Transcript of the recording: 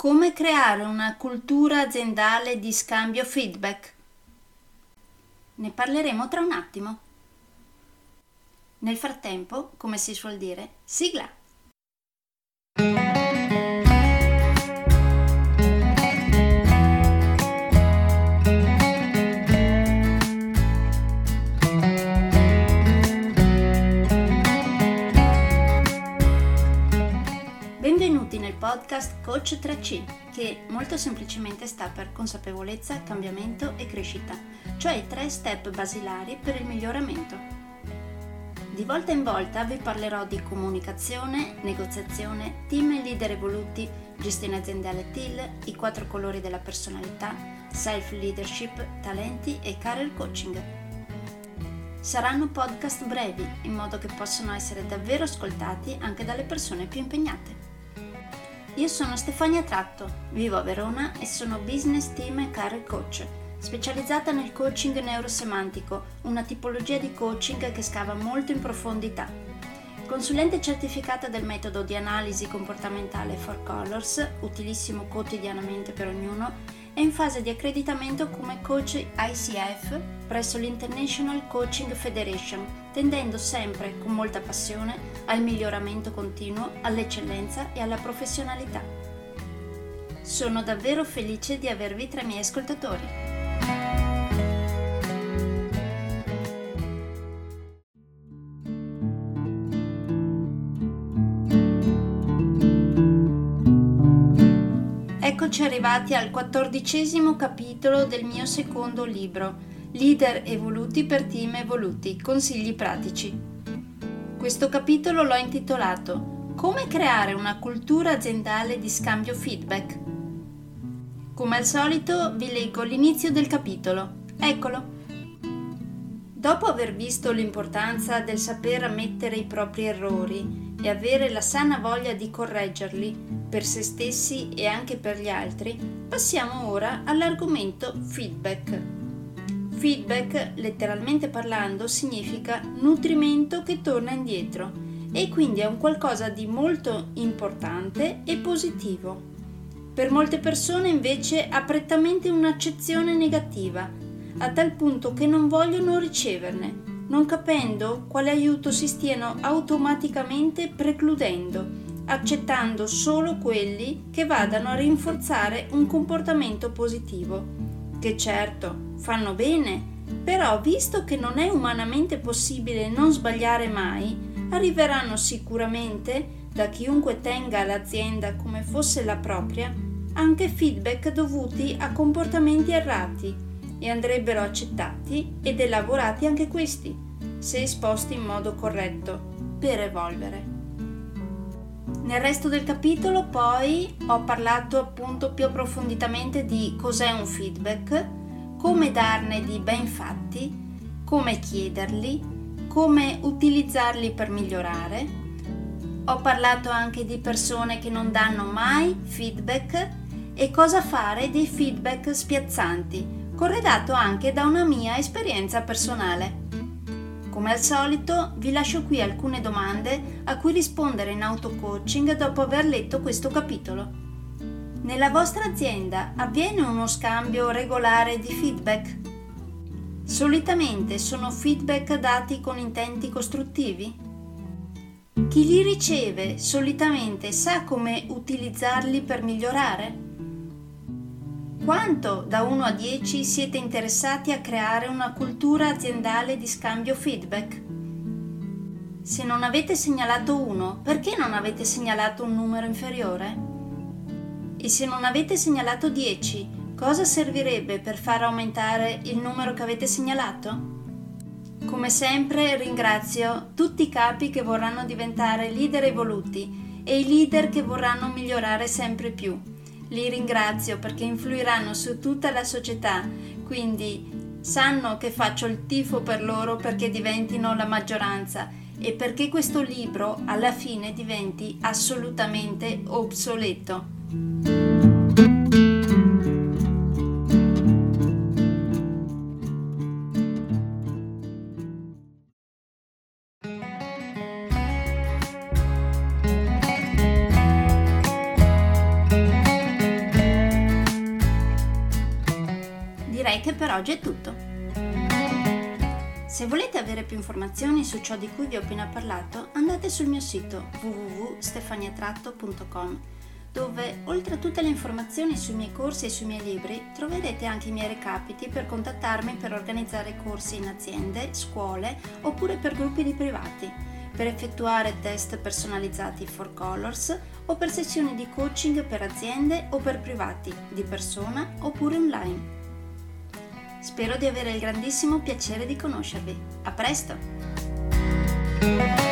Come creare una cultura aziendale di scambio feedback? Ne parleremo tra un attimo. Nel frattempo, come si suol dire, sigla! Benvenuti nel podcast Coach 3C, che molto semplicemente sta per consapevolezza, cambiamento e crescita, cioè i 3 step basilari per il miglioramento. Di volta in volta vi parlerò di comunicazione, negoziazione, team e leader evoluti, gestione aziendale TIL, i 4 colori della personalità, self-leadership, talenti e career coaching. Saranno podcast brevi, in modo che possano essere davvero ascoltati anche dalle persone più impegnate. Io sono Stefania Tratto, vivo a Verona e sono business team e career coach, specializzata nel coaching neurosemantico, una tipologia di coaching che scava molto in profondità. Consulente certificata del metodo di analisi comportamentale 4 Colors, utilissimo quotidianamente per ognuno, è in fase di accreditamento come coach ICF presso l'International Coaching Federation, tendendo sempre con molta passione al miglioramento continuo, all'eccellenza e alla professionalità. Sono davvero felice di avervi tra i miei ascoltatori. Eccoci arrivati al 14° capitolo del mio secondo libro, Leader evoluti per team evoluti, consigli pratici. Questo capitolo l'ho intitolato Come creare una cultura aziendale di scambio feedback. Come al solito vi leggo l'inizio del capitolo. Eccolo. Dopo aver visto l'importanza del saper ammettere i propri errori e avere la sana voglia di correggerli per se stessi e anche per gli altri, passiamo ora all'argomento feedback. Feedback, letteralmente parlando, significa nutrimento che torna indietro e quindi è un qualcosa di molto importante e positivo. Per molte persone invece ha prettamente un'accezione negativa, a tal punto che non vogliono riceverne, non capendo quale aiuto si stiano automaticamente precludendo, accettando solo quelli che vadano a rinforzare un comportamento positivo, che certo fanno bene, però visto che non è umanamente possibile non sbagliare mai, arriveranno sicuramente, da chiunque tenga l'azienda come fosse la propria, anche feedback dovuti a comportamenti errati e andrebbero accettati ed elaborati anche questi, se esposti in modo corretto, per evolvere. Nel resto del capitolo poi ho parlato appunto più approfonditamente di cos'è un feedback, come darne di ben fatti, come chiederli, come utilizzarli per migliorare. Ho parlato anche di persone che non danno mai feedback e cosa fare dei feedback spiazzanti, corredato anche da una mia esperienza personale. Come al solito vi lascio qui alcune domande a cui rispondere in auto-coaching dopo aver letto questo capitolo. Nella vostra azienda avviene uno scambio regolare di feedback? Solitamente sono feedback dati con intenti costruttivi? Chi li riceve solitamente sa come utilizzarli per migliorare? Quanto da 1 a 10 siete interessati a creare una cultura aziendale di scambio feedback? Se non avete segnalato 1, perché non avete segnalato un numero inferiore? E se non avete segnalato 10, cosa servirebbe per far aumentare il numero che avete segnalato? Come sempre ringrazio tutti i capi che vorranno diventare leader evoluti e i leader che vorranno migliorare sempre più. Li ringrazio perché influiranno su tutta la società, quindi sanno che faccio il tifo per loro perché diventino la maggioranza e perché questo libro alla fine diventi assolutamente obsoleto. che per oggi è tutto. Se volete avere più informazioni su ciò di cui vi ho appena parlato, andate sul mio sito www.stefaniatratto.com, dove oltre a tutte le informazioni sui miei corsi e sui miei libri troverete anche i miei recapiti per contattarmi per organizzare corsi in aziende, scuole oppure per gruppi di privati, per effettuare test personalizzati for colors o per sessioni di coaching per aziende o per privati, di persona oppure online. Spero di avere il grandissimo piacere di conoscervi. A presto!